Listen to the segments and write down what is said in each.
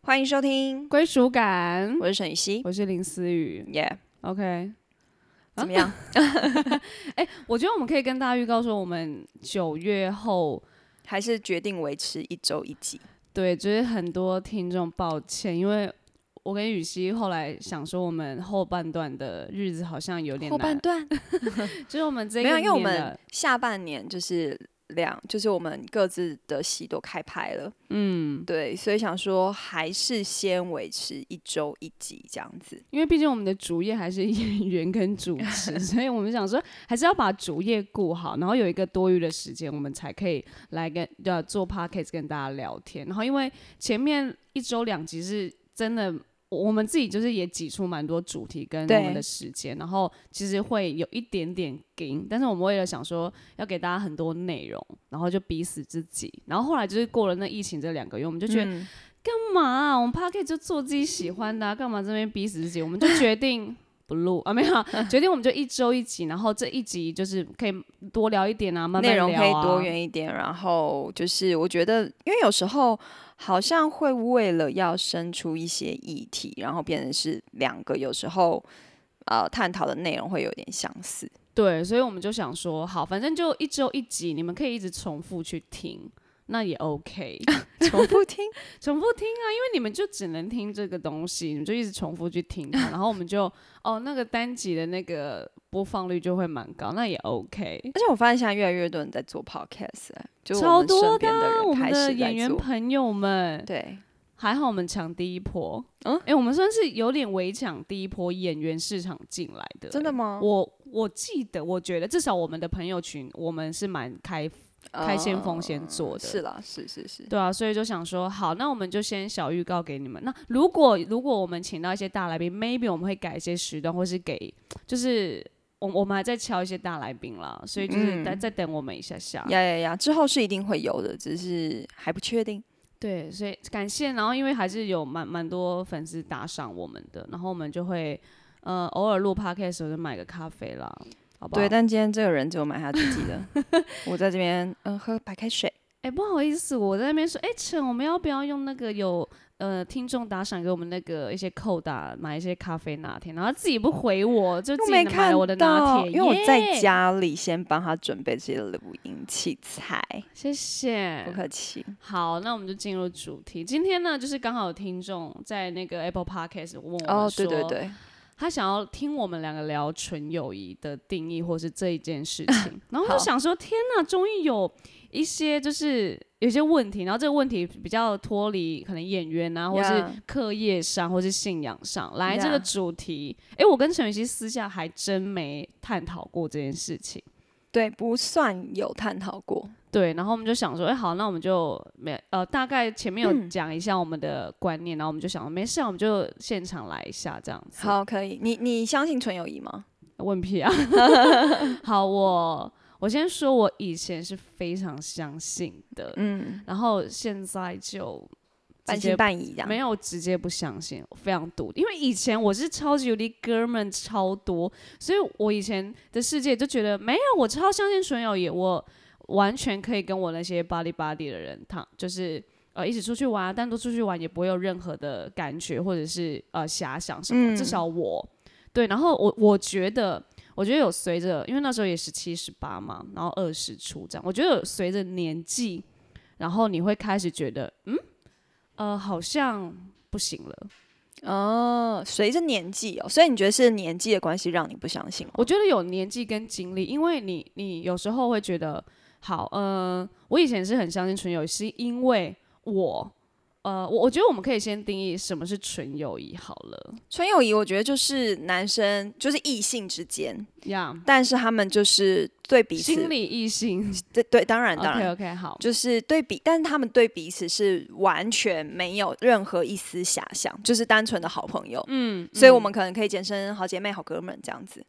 欢迎收听， 归属感， 我是沈雨熙， 我是林思雨。 耶、 OK， 怎么样？ 我觉得我们可以跟大家预告说，我们9月后， 还是决定维持1周1集？ 对，就是很多听众抱歉，因为我跟雨熙后来想说，我们后半段的日子好像有点难， 后半段就是我们这没有， 个因为我们年的， 下半年就是我们各自的戏都开拍了，对，所以想说还是先维持1周1集这样子。 因为毕竟我们的主业还是演员跟主持，所以我们想说还是要把主业顾好，然后有一个多余的时间，我们才可以来做 podcast 跟大家聊天。然后因为前面1周2集是真的。我们自己就是也挤出蛮多主题跟我们的时间，然后其实会有一点点紧，但是我们为了想说要给大家很多内容，然后就逼死自己。然后后来就是过了那疫情这2个月，我们就觉得干嘛啊？我们 podcast 就做自己喜欢的啊，干嘛这边逼死自己？我们就决定不录啊，没有决定我们就1周1集，然后这一集就是可以多聊一点啊，慢慢聊啊， 内容可以多元一点，然后就是我觉得，因为有时候好像会为了要生出一些议题，然后变成是2个有时候探讨的内容会有点相似。 对，所以我们就想说，好，反正就1周1集，你们可以一直重复去听。那也 OK， 重复听， 重复听啊，因为你们就只能听这个东西，你们就一直重复去听它，然后我们就那个单集的那个播放率就会蛮高，那也 OK。 而且我发现现在越来越多人在做 podcast，就超我们身多的边的啊，我们人开始在的演员做。 朋友们， 对， 还好我们抢第一波，我们算是有点围抢第一波演员市场进来的。 真的吗？ 我记得，我觉得至少我们的朋友群，我们是蛮开先锋先做的。 是啦，是。 对啊，所以就想说，好，那我们就先小预告给你们。那如果我们请到一些大来宾 ，maybe 我们会改一些时段，或是就是我们还在敲一些大来宾啦，所以就是再等我们一下下。 呀，之后是一定会有的，只是还不确定。 对，所以感谢。然后因为还是有蛮多粉丝打赏我们的，然后我们就会偶尔录 podcast 的时候就买个咖啡啦，好不好？ 对，但今天这个人只有买他自己的，我在这边喝白开水。 不好意思，我在那边说，陈，我们要不要用那个有听众打赏给我们那个一些扣打买一些咖啡拿铁，然后自己不回我，就自己买了我的拿铁， 因为我在家里先帮他准备这些录音器材。 谢谢， 不客气。 好，那我们就进入主题。今天呢，就是刚好有听众在那个 Apple Podcast 问我们说， 对， 他想要听我们2个聊纯友谊的定义，或是这一件事情。然后我就想说，天哪，终于有一些就是有些问题，然后这个问题比较脱离可能演员啊，或是课业上，或是信仰上来这个主题。我跟陈雨希私下还真没探讨过这件事情。 对，不算有探讨过。 对，然后我们就想说，好，那我们就大概前面有讲一下我们的观念，然后我们就想没事，我们就现场来一下这样子。 好，可以。你相信纯友谊吗？ 问屁啊！好，我先说，我以前是非常相信的，然后现在就半信半疑这样， 没有直接不相信，非常笃定。因为以前我是超级有的哥们超多，所以我以前的世界就觉得没有，我超相信纯友谊，我完全可以跟我那些 buddy 的人就是一起出去玩，单独出去玩也不会有任何的感觉或者是遐想什么，至少我对。然后我觉得有随着，因为那时候也17、18嘛，然后20出这样，我觉得有随着年纪，然后你会开始觉得好像不行了。 随着年纪所以你觉得是年纪的关系让你不相信吗？ 我觉得有年纪跟经历，因为你有时候会觉得，好，我以前是很相信纯友谊，是因为我觉得我们可以先定义什么是纯友谊好了。 纯友谊我觉得就是男生就是异性之间 ，yeah， 但是他们就是对彼此心理异性， 对，当然 OK 好， 就是但是他们对彼此是完全没有任何一丝遐想，就是单纯的好朋友。所以我们可能可以简称好姐妹、好哥们这样子。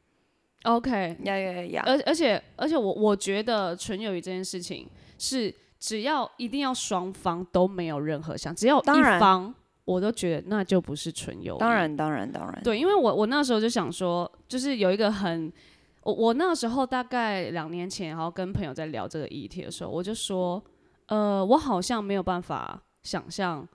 OK， 呀， 而且我觉得纯友谊这件事情是。只要一定要双方都没有任何想，只要一方，我都觉得那就不是纯友谊。 当然。 对，因为我那时候就想说，就是有一个我那时候大概2年前，然后跟朋友在聊这个议题的时候，我就说，我好像没有办法想象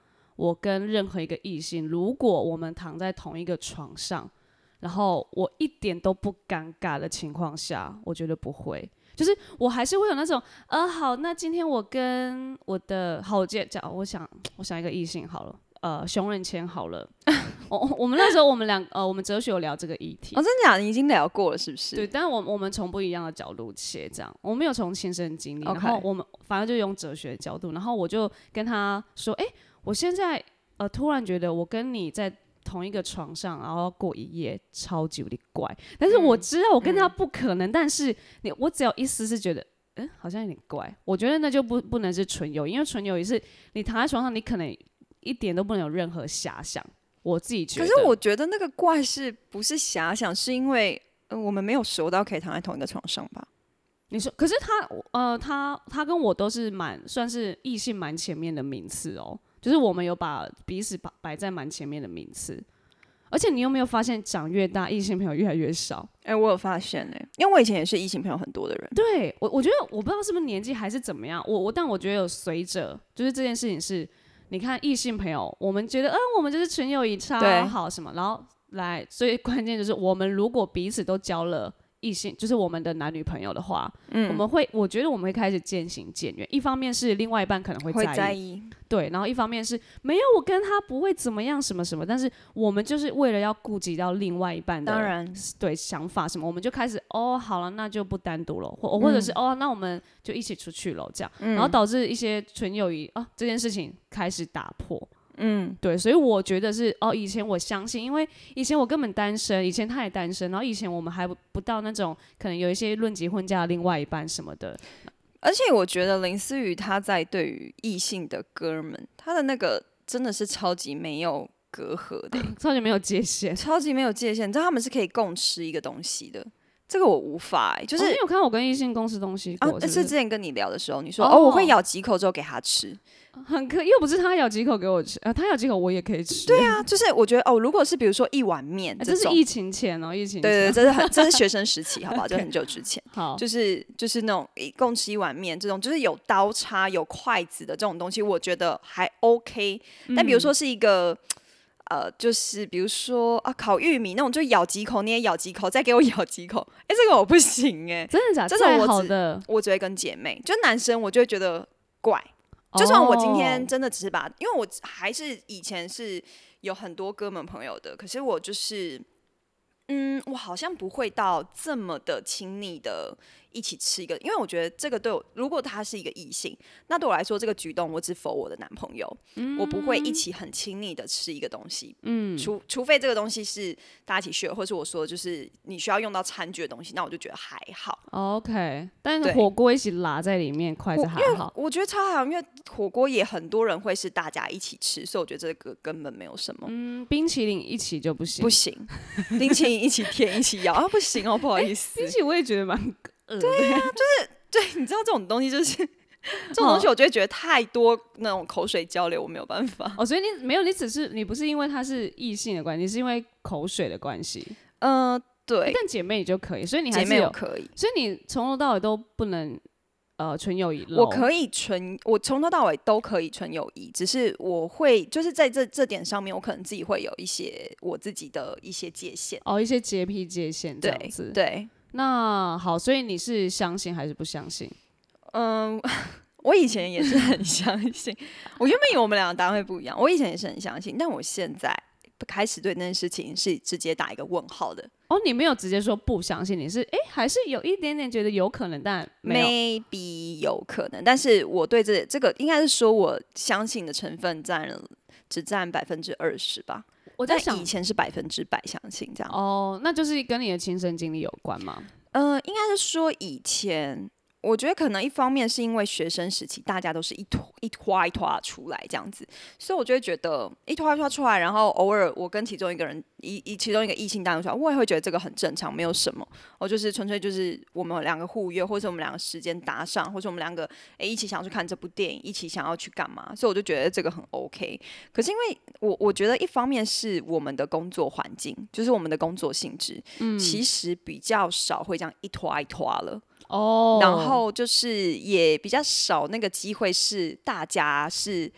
我跟任何一个异性，如果我们躺在同一个床上，然后我一点都不尴尬的情况下，我觉得不会。就是我还是会有那种，好，那今天我跟我的好，我想一个异性好了，熊仁谦好了，我们那时候我们哲学有聊这个议题， 真的假的？你已经聊过了是不是？ 对，但是我们从不一样的角度切，这样我没有从亲身经历， OK 然后我们反正就用哲学的角度，然后我就跟他说，我现在突然觉得我跟你在同一个床上，然后过一夜，超级无敌怪。但是我知道我跟他不可能，但是我只要一丝是觉得，好像有点怪。我觉得那就不能是纯友谊，因为纯友谊是你躺在床上，你可能一点都不能有任何遐想。我自己觉得， 可是我觉得那个怪是不是遐想，是因为我们没有熟到可以躺在同一个床上吧？ 你说，可是他跟我都是算是异性蛮前面的名次哦。就是我们有把彼此摆在蛮前面的名次，而且你有没有发现，长越大，异性朋友越来越少？ 我有发现因为我以前也是异性朋友很多的人。 对，我觉得我不知道是不是年纪还是怎么样，但我觉得有随着，就是这件事情是，你看异性朋友，我们觉得我们就是纯友谊超好什么，然后最关键就是我们如果彼此都交了异性，就是我们的男女朋友的话，我觉得我们会开始渐行渐远。一方面是另外一半可能会在意，对，然后一方面是没有我跟他不会怎么样什么什么，但是我们就是为了要顾及到另外一半的当然对想法什么，我们就开始好了，那就不单独了，或者是那我们就一起出去了这样，然后导致一些纯友谊这件事情开始打破。对，所以我觉得是以前我相信，因为以前我根本单身，以前他也单身，然后以前我们还不到那种可能有一些论及婚嫁的另外一半什么的。 而且我觉得林思雨他在对于异性的哥们，他的那个真的是超级没有隔阂的超级没有界限， 超级没有界限。你知道他们是可以共吃一个东西的，这个我无法就是你有看到我跟异性共吃东西过？ 是之前跟你聊的时候，你说我会咬几口之后给他吃。 很可，又不是他咬几口给我吃，他咬几口我也可以吃。 对啊，就是我觉得如果是比如说一碗面， 这是疫情前疫情前， 对，这是学生时期，好不好？就很久之前。好，就是那种共吃一碗面这种，就是有刀叉、有筷子的这种东西，我觉得还 OK。但比如说是一个就是比如说烤玉米那种，就咬几口你也咬几口，再给我咬几口，这个我不行真的假的？ 这种好的， 我只会跟姐妹，就男生我就会觉得怪。就算我今天真的只是因为我还是以前是有很多哥们朋友的，可是我就是我好像不会到这么的亲密的一起吃一个，因为我觉得这个对我，如果他是一个异性，那对我来说这个举动我只否我的男朋友，我不会一起很亲密的吃一个东西，除非这个东西是大家一起 share， 或是我说就是你需要用到餐具的东西，那我就觉得还好。 OK， 但是火锅一起拉在里面，筷子还好。 我觉得超好，因为火锅也很多人会是大家一起吃，所以我觉得这个根本没有什么。 冰淇淋一起就不行， 不行，冰淇淋一起舔一起咬不行不好意思。 冰淇淋我也觉得蛮对啊，就是对，你知道这种东西就是这种东西，我就会觉得太多那种口水交流，我没有办法。 所以你不是因为他是异性的关系，是因为口水的关系。 对。 但姐妹你就可以，所以你还是姐妹可以， 所以你从头到尾都不能纯友谊。 我可以我从头到尾都可以纯友谊，只是我会就是在这点上面，我可能自己会有一些我自己的一些界限。 一些洁癖界限这样子。 对。 那好，所以你是相信还是不相信？ 我以前也是很相信。我原本以为我们两个答案会不一样，我以前也是很相信，但我现在开始对那件事情是直接打一个问号的。 你没有直接说不相信，你是还是有一点点觉得有可能，但没有 maybe 有可能，但是我对这个应该是说我相信的成分只占20%吧。 我在想以前是100%相信这样。那就是跟你的亲身经历有关吗？ 应该是说以前。我觉得可能一方面是因为学生时期大家都是一拖出来这样子，所以我就会觉得一拖出来，然后偶尔我跟其中一个人其中一个异性单独出来，我也会觉得这个很正常，没有什么。我就是纯粹就是我们两个互约，或者我们两个时间搭上，或者我们两个一起想要去看这部电影，一起想要去干嘛，所以我就觉得这个很 OK。可是因为我觉得一方面是我们的工作环境，就是我们的工作性质，其实比较少会这样一拖了。然后就是也比较少那个机会是大家是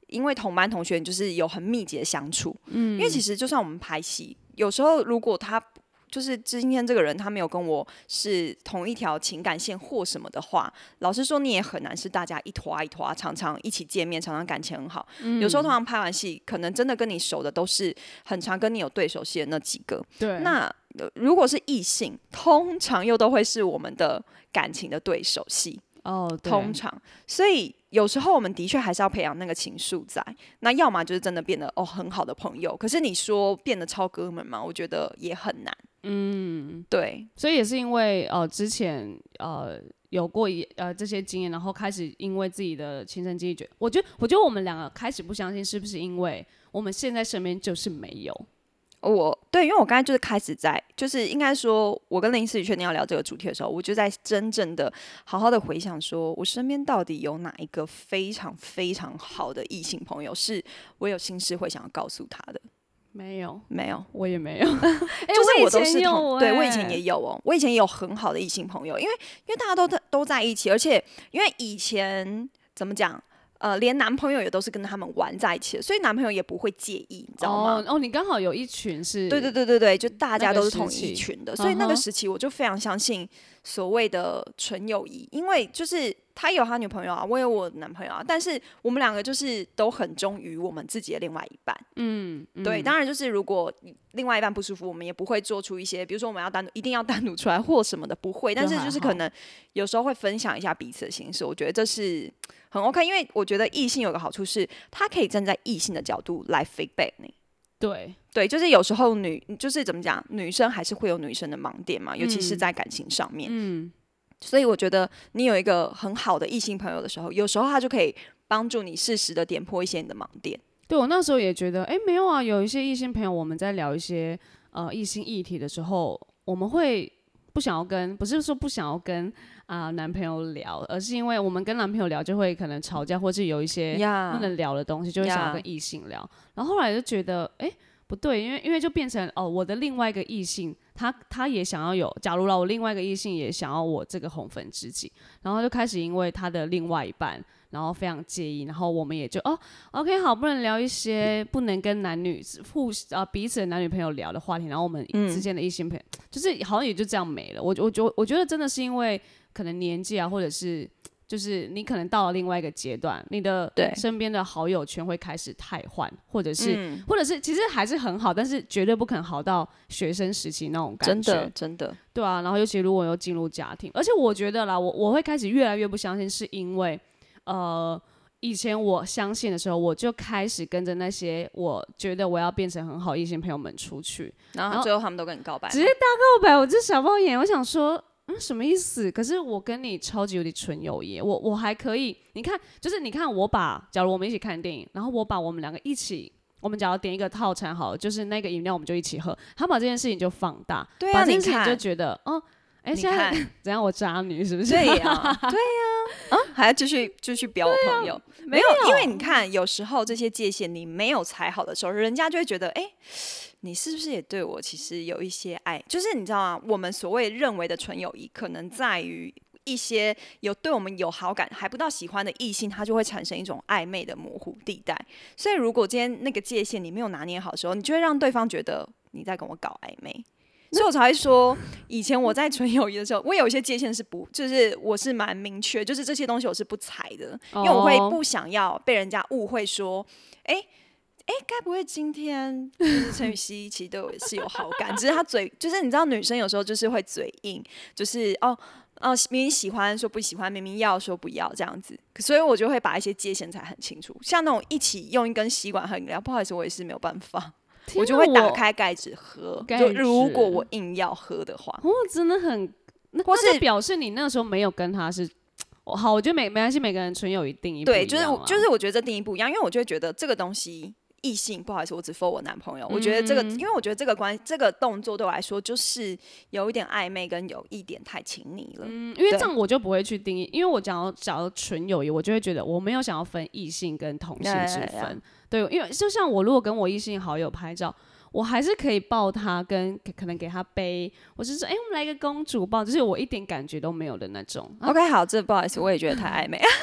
因为同班同学就是有很密集的相处，因为其实就算我们拍戏，有时候如果他就是今天这个人他没有跟我是同一条情感线或什么的话，老实说你也很难是大家一拖一拖，常常一起见面，常常感情很好。有时候通常拍完戏，可能真的跟你熟的都是很常跟你有对手戏的那几个。 对， 那如果是异性，通常又都会是我们的感情的对手戏。通常，所以有时候我们的确还是要培养那个情愫在。那要么就是真的变得很好的朋友，可是你说变得超哥们嘛，我觉得也很难。对， 所以也是因为之前有过这些经验，然后开始因为自己的亲身经历，我觉得我们两个开始不相信，是不是因为我们现在身边就是没有。 对，因为我刚才就是开始就是应该说，我跟林思雨确定要聊这个主题的时候，我就在真正的好好的回想说，我身边到底有哪一个非常非常好的异性朋友，是我有心事会想要告诉他的。 没有， 我也没有。 就是我都是对，我以前也也有我以前也有很好的异性朋友，因为大家都在一起，而且因为以前怎么讲？连男朋友也都是跟他们玩在一起的，所以男朋友也不会介意，你知道吗？ 你刚好有一群是， 对，就大家都是同一群的，所以那个时期我就非常相信所谓的纯友谊，因为就是他有他女朋友啊，我有我男朋友啊，但是我们两个就是都很忠于我们自己的另外一半。对，当然就是如果另外一半不舒服，我们也不会做出一些，比如说我们一定要单独出来或什么的，不会。但是就是可能有时候会分享一下彼此的心事，我觉得这是很 OK， 因为我觉得异性有个好处是，他可以站在异性的角度来 feedback 你。对，就是有时候就是怎么讲，女生还是会有女生的盲点嘛，尤其是在感情上面。所以我觉得你有一个很好的异性朋友的时候，有时候他就可以帮助你适时的点破一些你的盲点。 对，我那时候也觉得，没有啊，有一些异性朋友，我们在聊一些异性议题的时候，我们会不是说不想要跟男朋友聊，而是因为我们跟男朋友聊就会可能吵架，或是有一些不能聊的东西，就会想要跟异性聊。然后后来就觉得，不对，因为就变成我的另外一个异性，他也想要有，假如我另外一个异性也想要我这个红粉知己，然后就开始因为他的另外一半，然后非常介意，然后我们也就OK 好，不能聊一些不能跟彼此的男女朋友聊的话题，然后我们之间的异性朋友，就是好像也就这样没了。我觉得真的是因为可能年纪啊，或者是就是你可能到了另外一个阶段，你的身边的好友圈会开始汰换，或者是其实还是很好，但是绝对不可能好到学生时期那种感觉， 真的， 对啊。然后尤其如果又进入家庭，而且我觉得啦，我会开始越来越不相信，是因为以前我相信的时候，我就开始跟着那些我觉得我要变成很好异性朋友们出去， 然后最后他们都跟你告白， 直接大告白，我就傻爆眼，我想说。什么意思？可是我跟你超级有点纯友谊，我还可以，你看，就是你看假如我们一起看电影，然后我把我们两个一起，我们假如点一个套餐好了，就是那个饮料我们就一起喝，他把这件事情就放大， 对啊， 把这件事情就觉得现在怎样我渣女是不是？ 对呀，还要继续表我朋友，没有，因为你看有时候这些界限你没有踩好的时候，人家就会觉得你是不是也对我其实有一些爱？就是你知道吗？我们所谓认为的纯友谊，可能在于一些对我们有好感还不到喜欢的异性，它就会产生一种暧昧的模糊地带。所以如果今天那个界限你没有拿捏好的时候，你就会让对方觉得你在跟我搞暧昧。所以我才会说，以前我在纯友谊的时候，我有一些界限就是我是蛮明确，就是这些东西我是不踩的，因为我会不想要被人家误会说，该不会今天就是陈雨希其实对我是有好感，只是他就是你知道女生有时候就是会嘴硬，就是明明喜欢说不喜欢，明明要说不要这样子，所以我就会把一些界限才很清楚。像那种一起用一根吸管喝饮料，不好意思，我也是没有办法，我就会打开盖子喝。就如果我硬要喝的话， 真的很，或是表示你那时候没有跟他是。好，我觉得没关系，每个人纯友谊定义不一样。 对，就是我觉得这定义不一样，因为我就会觉得这个东西。异性，不好意思，我只 for 我男朋友。我觉得这个，因为我觉得这个动作对我来说，就是有一点暧昧，跟有一点太亲昵了。 因为这样我就不会去定义，因为我讲到纯友谊，我就会觉得我没有想要分异性跟同性之分。对，因为就像我如果跟我异性好友拍照，我还是可以抱他，跟可能给他背，我是说，我们来一个公主抱，就是我一点感觉都没有的那种。 OK， 好，这不好意思，我也觉得太暧昧。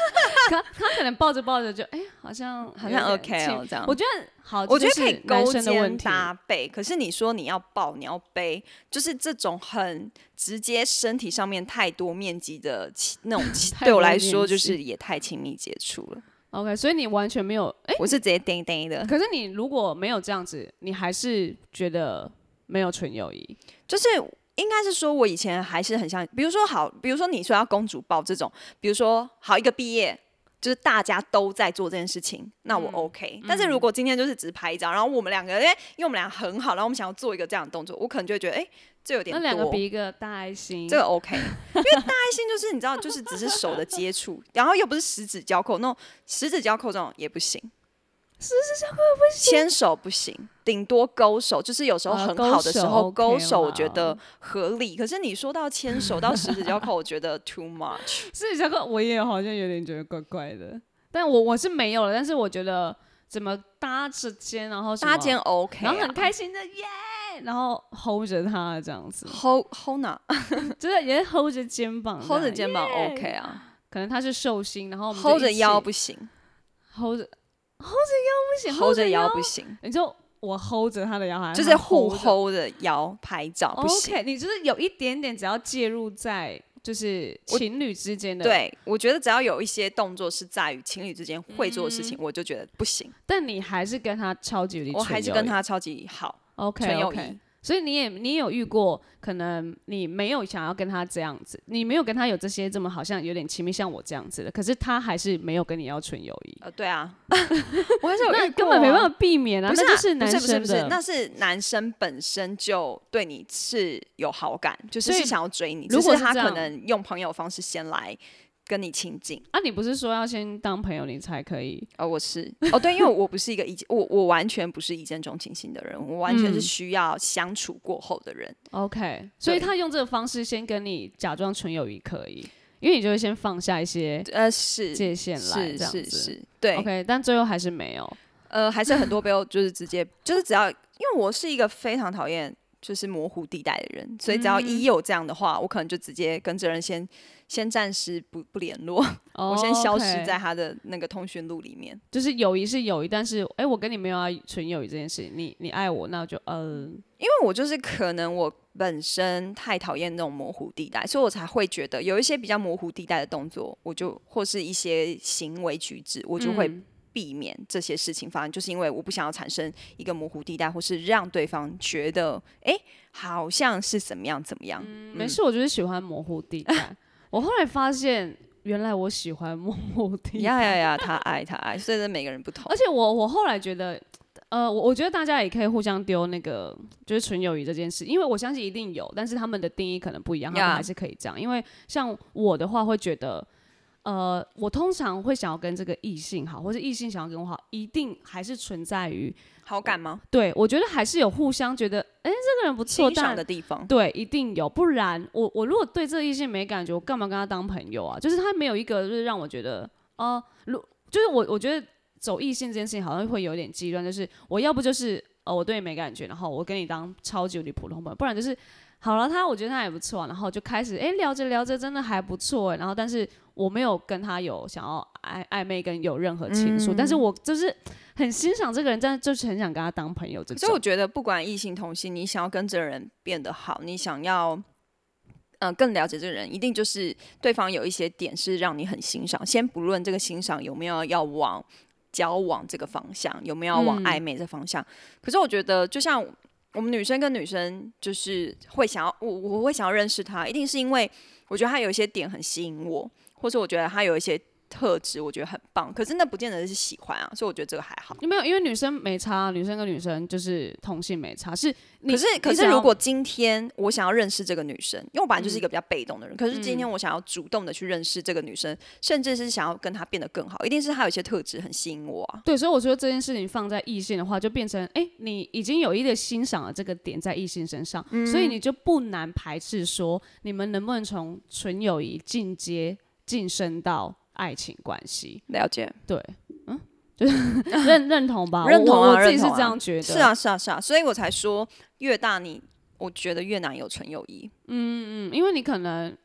他可能抱着抱着就好像好像 OK 哦，这样。 我觉得好， 我觉得可以男勾肩生的问题搭背，可是你说你要抱，你要背，就是这种很直接身体上面太多面积的那种，对我来说就是也太亲密接触了。 OK， 所以你完全没有我是直接叮叮的。 可是你如果没有这样子，你还是觉得没有纯友谊， 就是应该是说，我以前还是很像，比如说你说要公主抱这种，比如说好一个毕业。就是大家都在做这件事情，那我 OK、但是如果今天就是只拍一张，然后我们两个，因为我们俩很好，然后我们想要做一个这样的动作，我可能就会觉得，这有点多。 那两个比一个大爱心， 这个 OK， 因为大爱心就是你知道，就是只是手的接触，然后又不是十指交扣，那种十指交扣这种也不行。 十指交扣不行， 牵手不行，顶多勾手，就是有时候很好的时候勾手，我觉得合理。可是你说到牵手到十指交扣，我觉得 too much。 十指交扣我也好像有点觉得怪怪的，但我是没有了。但是我觉得怎么搭着肩，然后搭肩 OK，、 然后很开心的耶，然后 hold 着他这样子 ，hold 哪？ 就是也 hold 着肩膀 ，hold 着肩膀 OK 啊。 可能他是寿星，然后我们 hold 着腰不行 ，hold 着腰不行 ，hold 着腰不行。 你就我 hold 着他的腰，还是就是互 hold 着腰拍照不行。 OK， 你就是有一点点，只要介入在就是情侣之间的。 对，我觉得只要有一些动作是在于情侣之间会做的事情，我就觉得不行。 但你还是跟他超级离， 我还是跟他超级好。纯友谊。 所以你也有遇过，可能你没有想要跟他这样子，你没有跟他有这些这么好像有点亲密，像我这样子的，可是他还是没有跟你要纯友谊。 对啊，我还是有遇过、 那根本没办法避免啊， 那就是男生的， 不是，那是男生本身就对你是有好感，就是想要追你，只是他可能用朋友方式先来跟你亲近啊。你不是说要先当朋友你才可以？ 我是对，因为我不是一个我完全不是一见钟情型的人，我完全是需要相处过后的人。 OK， 所以他用这个方式先跟你假装纯友谊可以，因为你就会先放下一些界限来，这样子是，对 OK， 但最后还是没有， 还是很多朋友就是直接就是只要，因为我是一个非常讨厌就是模糊地带的人，所以只要一有这样的话，我可能就直接跟这人先暂时不联络，我先消失在他的那个通讯录里面。 就是友谊是友谊，但是我跟你没有要纯友谊这件事，你爱我，那就因为我就是可能我本身太讨厌那种模糊地带，所以我才会觉得有一些比较模糊地带的动作，我就或是一些行为举止，我就会避免这些事情发生，就是因为我不想要产生一个模糊地带，或是让对方觉得好像是怎么样。 没事，我就是喜欢模糊地带。我后来发现，原来我喜欢模糊地带。 呀，他爱，所以每个人不同。 而且我后来觉得，我觉得大家也可以互相丢那个就是纯友谊这件事，因为我相信一定有，但是他们的定义可能不一样，他们还是可以这样。因为像我的话，会觉得。我通常会想要跟这个异性好，或者异性想要跟我好，一定还是存在于好感吗？ 对，我觉得还是有互相觉得，这个人不错， 欣赏的地方。 对，一定有，不然我如果对这个异性没感觉，我干嘛跟他当朋友啊？就是他没有一个就是让我觉得，就是我觉得走异性这件事情好像会有点极端，就是我要不就是我对你没感觉，然后我跟你当超级无敌普通朋友，不然就是好了，我觉得他也不错，然后就开始聊着聊着真的还不错，然后但是我没有跟他有想要暧昧跟有任何情愫，但是我就是很欣赏这个人，但是就是很想跟他当朋友这种。 所以我觉得不管异性同性，你想要跟这个人变得好，你想要更了解这个人，一定就是对方有一些点是让你很欣赏。先不论这个欣赏有没有要往交往这个方向，有没有要往暧昧这方向，可是我觉得就像我们女生跟女生就是会想要我会想要认识他，一定是因为我觉得他有一些点很吸引我，或是我觉得他有一些特质我觉得很棒，可是那不见得是喜欢啊，所以我觉得这个还好。 没有，因为女生没差，女生跟女生就是同性没差，是可是如果今天我想要认识这个女生，因为我本来就是一个比较被动的人，可是今天我想要主动的去认识这个女生，甚至是想要跟她变得更好，一定是她有一些特质很吸引我啊。 对，所以我觉得这件事情放在异性的话，就变成你已经有一个欣赏的这个点在异性身上，所以你就不难排斥说你们能不能从纯友谊晋升到爱情关系。 了解， 对，就是认同吧， 认同啊， 我自己是这样觉得。 是啊，所以我才说越大我觉得越难有纯友谊。 因为你可能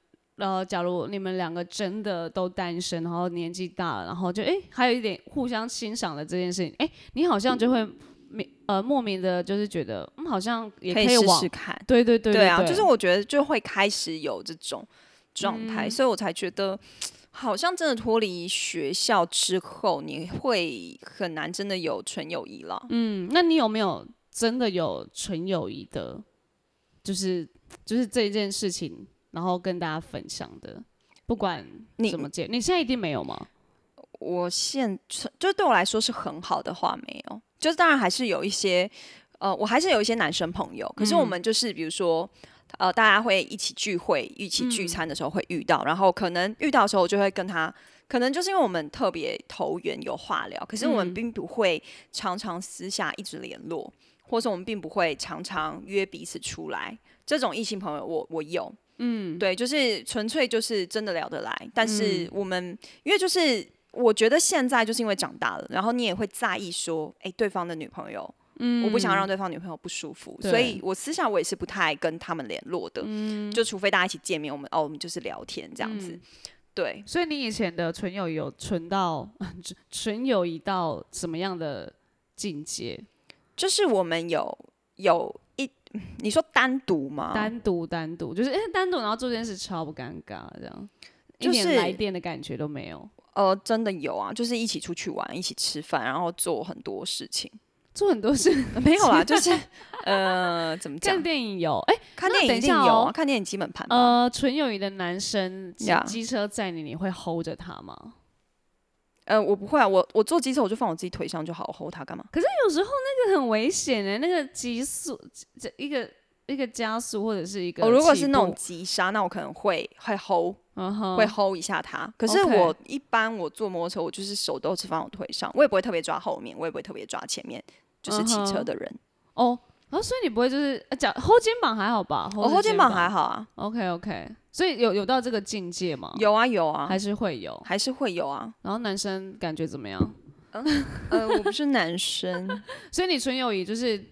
假如你们两个真的都单身，然后年纪大了，然后就还有一点互相欣赏的这件事情，你好像就会莫名的，就是觉得好像也可以试试看。 对对对对啊，就是我觉得就会开始有这种状态，所以我才觉得。好像真的脱离学校之后，你会很难真的有纯友谊了。 那你有没有真的有纯友谊的，就是这一件事情，然后跟大家分享的，不管怎么你现在一定没有吗？ 就对我来说是很好的话没有，就是当然还是有一些，我还是有一些男生朋友，可是我们就是比如说。大家会一起聚会、一起聚餐的时候会遇到，然后可能遇到的时候，我就会跟他，可能就是因为我们特别投缘有话聊，可是我们并不会常常私下一直联络，或者我们并不会常常约彼此出来。这种异性朋友我有，对，就是纯粹就是真的聊得来，但是我们因为就是我觉得现在就是因为长大了，然后你也会在意说，对方的女朋友。我不想让对方女朋友不舒服，所以我私下我也是不太跟他们联络的，就除非大家一起见面，我们就是聊天这样子，对。 所以你以前的纯友有纯友谊到什么样的境界？ 就是我们有你说单独吗？ 单独就是单独，然后做这件事超不尴尬，这样、 就是、 一点来电的感觉都没有。 真的有啊，就是一起出去玩，一起吃饭，然后做很多事情。 做很多事没有啦，就是怎么讲？ 看电影有看电影一定有啊，看电影基本盘纯友谊的男生机车载你会 hold 着他吗？ 我不会啊，我坐机车我就放我自己腿上就好，我 hold 他干嘛？ 可是有时候那个很危险那个急速一个加速或者是一个如果是那种急刹，那我可能会 hold。会 hold 一下他，可是我一般我坐摩托车，我就是手都是放我腿上，我也不会特别抓后面，我也不会特别抓前面，就是骑车的人。 然后所以你不会就是hold 肩膀还好吧？ 我 hold 肩膀还好啊。 OK， 所以有到这个境界吗？ 有啊， 还是会有啊。 然后男生感觉怎么样？ 我不是男生， 所以你纯友谊就是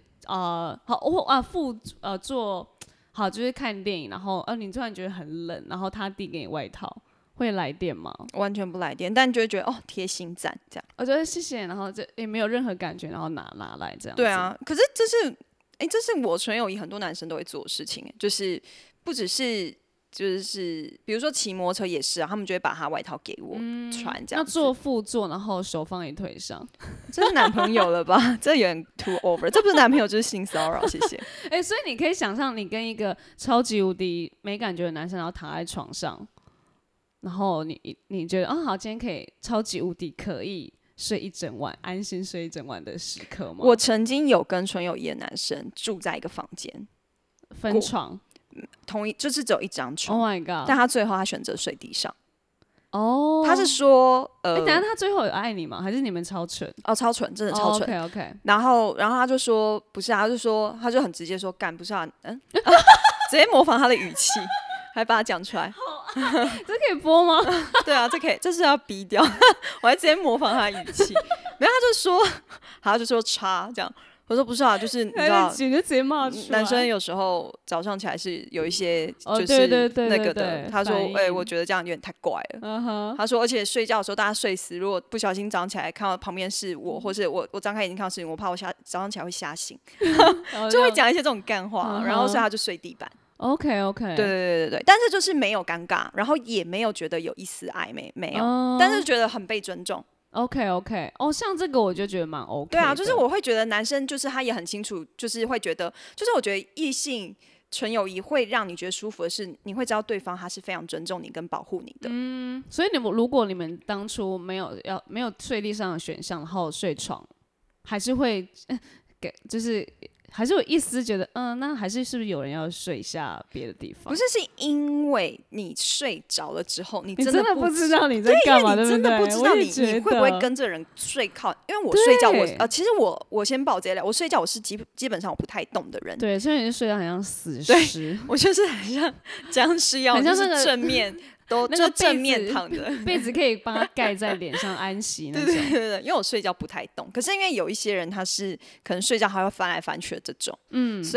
做。好，就是看电影，然后你突然觉得很冷，然后他递给你外套，会来电吗？ 完全不来电，但就会觉得贴心赞这样。 我觉得谢谢，然后这也没有任何感觉，然后拿来这样。 对啊，可是这是我纯友谊很多男生都会做的事情，就是不只是就是比如说骑摩托车也是啊，他们就会把他外套给我穿这样。 要坐副座，然后手放你腿上， 这是男朋友了吧？这有点 too over， 这不是男朋友就是性骚扰，谢谢。 所以你可以想象你跟一个超级无敌没感觉的男生，然后躺在床上，然后你觉得好，今天可以超级无敌可以睡一整晚，安心睡一整晚的时刻吗？ 我曾经有跟纯友谊的男生住在一个房间， 分床。 就是只有一张床 ，Oh my god！ 但他最后他选择睡地上。 他是说， 等下他最后有爱你吗？还是你们超纯？ 超纯，真的超纯。 OK。 然后他就说不是啊，他就很直接说干不是啊，直接模仿他的语气，还把他讲出来。 这可以播吗？ 对啊，这可以，这是要逼掉。我还直接模仿他的语气，没有，他就说叉这样。我说不是啊，就是你知道， 就直接骂出来。 男生有时候早上起来是有一些就是那个的。他说，我觉得这样有点太怪了。他说，而且睡觉的时候大家睡死，如果不小心早上起来看到旁边是我，或是我张开眼睛看到是你，我怕我早上起来会吓醒，就会讲一些这种干话。然后所以他就睡地板。 OK。 对，但是就是没有尴尬，然后也没有觉得有一丝暧昧，没有，但是觉得很被尊重。 OK， 像这个我就觉得蛮 OK。 对啊，就是我会觉得男生就是他也很清楚，就是会觉得，就是我觉得异性纯友谊会让你觉得舒服的是，你会知道对方他是非常尊重你跟保护你的。 所以如果你们当初没有睡地上的选项，然后睡床，还是会就是还是有一丝觉得，那还是不是有人要睡下别的地方？ 不是，是因为你睡着了之后，你真的不知道你在干嘛， 对不对？你真的不知道你会不会跟着人睡靠？因为我睡觉，其实我先直接聊，我睡觉我是基本上我不太动的人。 对，所以你睡觉很像死尸， 我就是很像僵尸一样，很像就是正面。都就正面躺着， 被子可以帮他盖在脸上安息那种。 对，因为我睡觉不太动，可是因为有一些人他是可能睡觉还会翻来翻去的这种，所以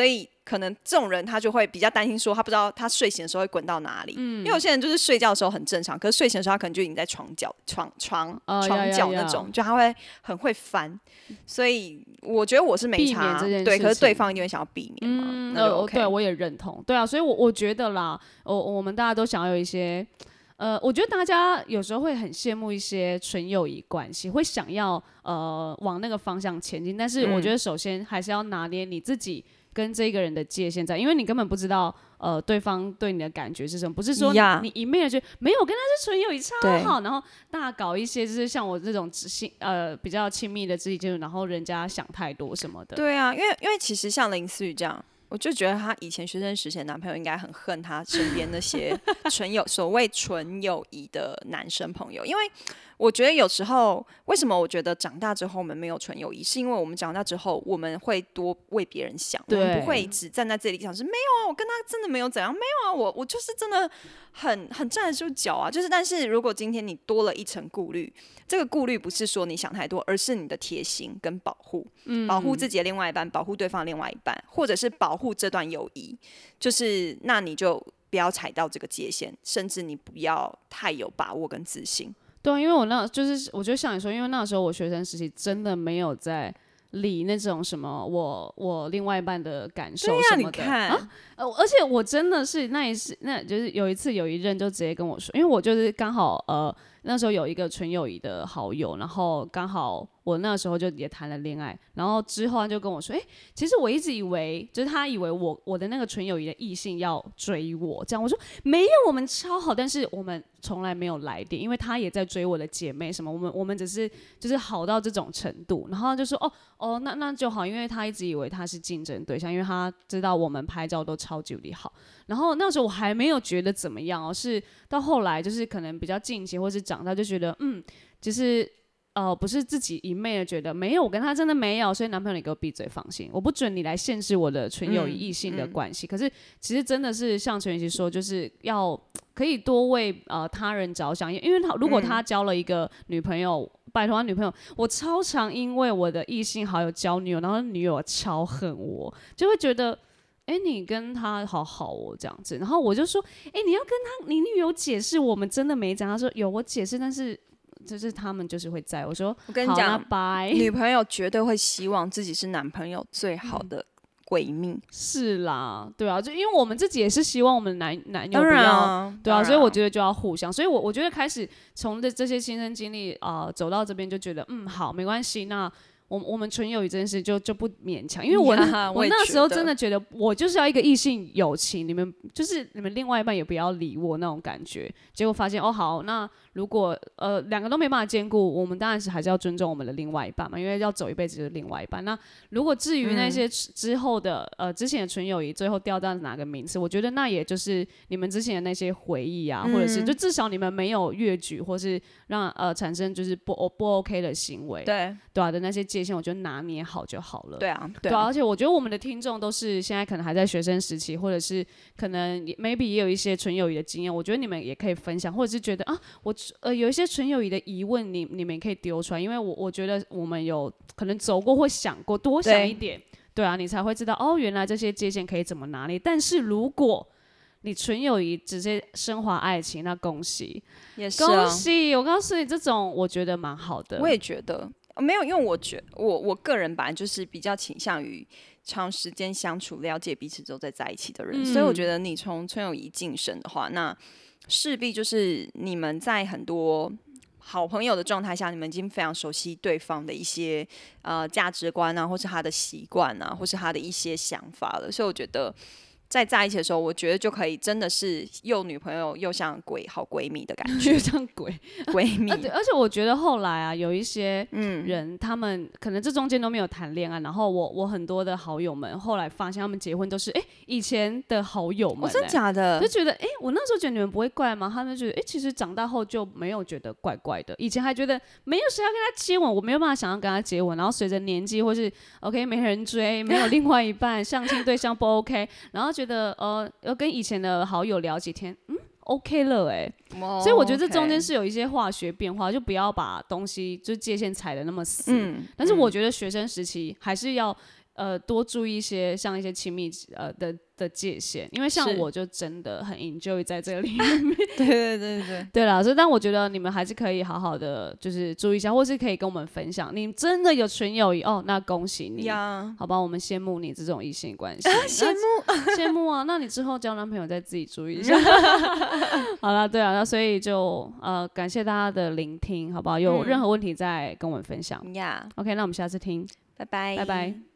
可能这种人他就会比较担心说，他不知道他睡醒的时候会滚到哪里。因为有些人就是睡觉的时候很正常，可是睡醒的时候他可能就已经在床角那种，就他会很会翻。所以我觉得我是没差，对，可是对方一定会想要避免嘛。 对，我也认同，对啊，所以我觉得啦，我们大家都想要有一些。我觉得大家有时候会很羡慕一些纯友谊关系，会想要往那个方向前进，但是我觉得首先还是要拿捏你自己跟这个人的界限在，因为你根本不知道对方对你的感觉是什么，不是说你一昧的觉得没有，我跟他是纯友谊超好，然后大搞一些就是像我这种比较亲密的肢体接触，然后人家想太多什么的。 对啊，因为其实像林思雨这样。我就觉得她以前学生时期的男朋友应该很恨她身边那些所谓纯友谊的男生朋友，因为我觉得有时候为什么我觉得长大之后我们没有纯友谊，是因为我们长大之后我们会多为别人想，我们不会只站在这里想是没有啊，我跟他真的没有怎样，没有啊，我就是真的很站得住脚啊，就是但是如果今天你多了一层顾虑，这个顾虑不是说你想太多，而是你的贴心跟保护，保护自己的另外一半，保护对方的另外一半，或者是保护这段友谊，就是那你就不要踩到这个界限，甚至你不要太有把握跟自信。 对啊，因为我觉得像你说，因为那时候我学生时期真的没有在理那种什么我另外一半的感受什么的。 对啊，你看， 而且我真的是那就是有一任就直接跟我说，因为我就是刚好那时候有一个纯友谊的好友，然后刚好我那时候就也谈了恋爱，然后之后他就跟我说，其实我一直以为，就是他以为我的那个纯友谊的异性要追我，这样我说没有，我们超好，但是我们从来没有来电，因为他也在追我的姐妹什么，我们只是就是好到这种程度，然后他就说那就好，因为他一直以为他是竞争对象，因为他知道我们拍照都超级好，然后那时候我还没有觉得怎么样哦，是到后来就是可能比较近期或是长大就觉得就是不是自己一昧的觉得没有，我跟他真的没有，所以男朋友你给我闭嘴，放心，我不准你来限制我的纯友谊异性的关系。可是其实真的是像陈雨琦说，就是要可以多为他人着想，因为如果他交了一个女朋友，拜托他女朋友，我超常因为我的异性好友交女友，然后女友超恨我，就会觉得。你跟他好好哦，这样子，然后我就说，你要跟你女友解释，我们真的没讲。他说有，我解释，但是就是他们就是会在。我说， 我跟你讲， 拜。 女朋友绝对会希望自己是男朋友最好的闺蜜。 是啦，对啊，就因为我们自己也是希望我们男友不要，对啊，所以我觉得就要互相。所以我觉得开始从这些亲身经历走到这边，就觉得好，没关系，那。我们纯友谊这件事就不勉强，因为我那时候真的觉得我就是要一个异性友情，你们另外一半也不要理我那种感觉。结果发现好，那如果两个都没办法兼顾，我们当然是还是要尊重我们的另外一半嘛，因为要走一辈子就是另外一半。那如果至于那些之后的之前的纯友谊最后掉到哪个名次，我觉得那也就是你们之前的那些回忆啊，或者是就至少你们没有越矩或是让产生就是不 OK 的行为，对啊的那些界限，我觉得拿捏好就好了。 对啊， 而且我觉得我们的听众都是现在可能还在学生时期，或者是可能 maybe 也有一些纯友谊的经验，我觉得你们也可以分享，或者是觉得我有一些纯友谊的疑问，你们也可以丢出来，因为我觉得我们有可能走过或想过，多想一点，对啊，你才会知道原来这些界限可以怎么拿捏。但是如果你纯友谊直接升华爱情，那恭喜， 也是恭喜！我告诉你，这种我觉得蛮好的。 我也觉得没有，因为我个人本来就是比较倾向于长时间相处、了解彼此之后再在一起的人，所以我觉得你从纯友谊晋升的话，那势必就是你们在很多好朋友的状态下，你们已经非常熟悉对方的一些价值观啊，或是他的习惯啊，或是他的一些想法了，所以我觉得。在一起的时候，我觉得就可以真的是又女朋友又像好闺蜜的感觉， 像闺蜜。 而且我觉得后来啊，有一些人，他们可能这中间都没有谈恋爱，然后我很多的好友们后来发现他们结婚都是以前的好友们， 真的假的？ 就觉得我那时候觉得你们不会怪吗？他们就觉得其实长大后就没有觉得怪怪的，以前还觉得没有谁要跟他接吻，我没有办法想要跟他接吻，然后随着年纪或是 OK 没人追，没有另外一半，相亲对象不 OK， 然后觉得要跟以前的好友聊几天，OK 了所以我觉得这中间是有一些化学变化，就不要把东西就界限踩得那么死。但是我觉得学生时期还是要多注意一些像一些亲密的界限，因为像是我就真的很 enjoy 在这里面。 对对对对对啦，所以但我觉得你们还是可以好好的就是注意一下，或是可以跟我们分享，你真的有纯友谊哦，那恭喜你呀， 好吧，我们羡慕你这种异性关系， 羡慕羡慕啊！那你之后交男朋友再自己注意一下。好了，对啊，那所以就感谢大家的聆听，好不好？有任何问题再跟我们分享。 呀， OK，那我们下次听， 拜拜， 拜拜。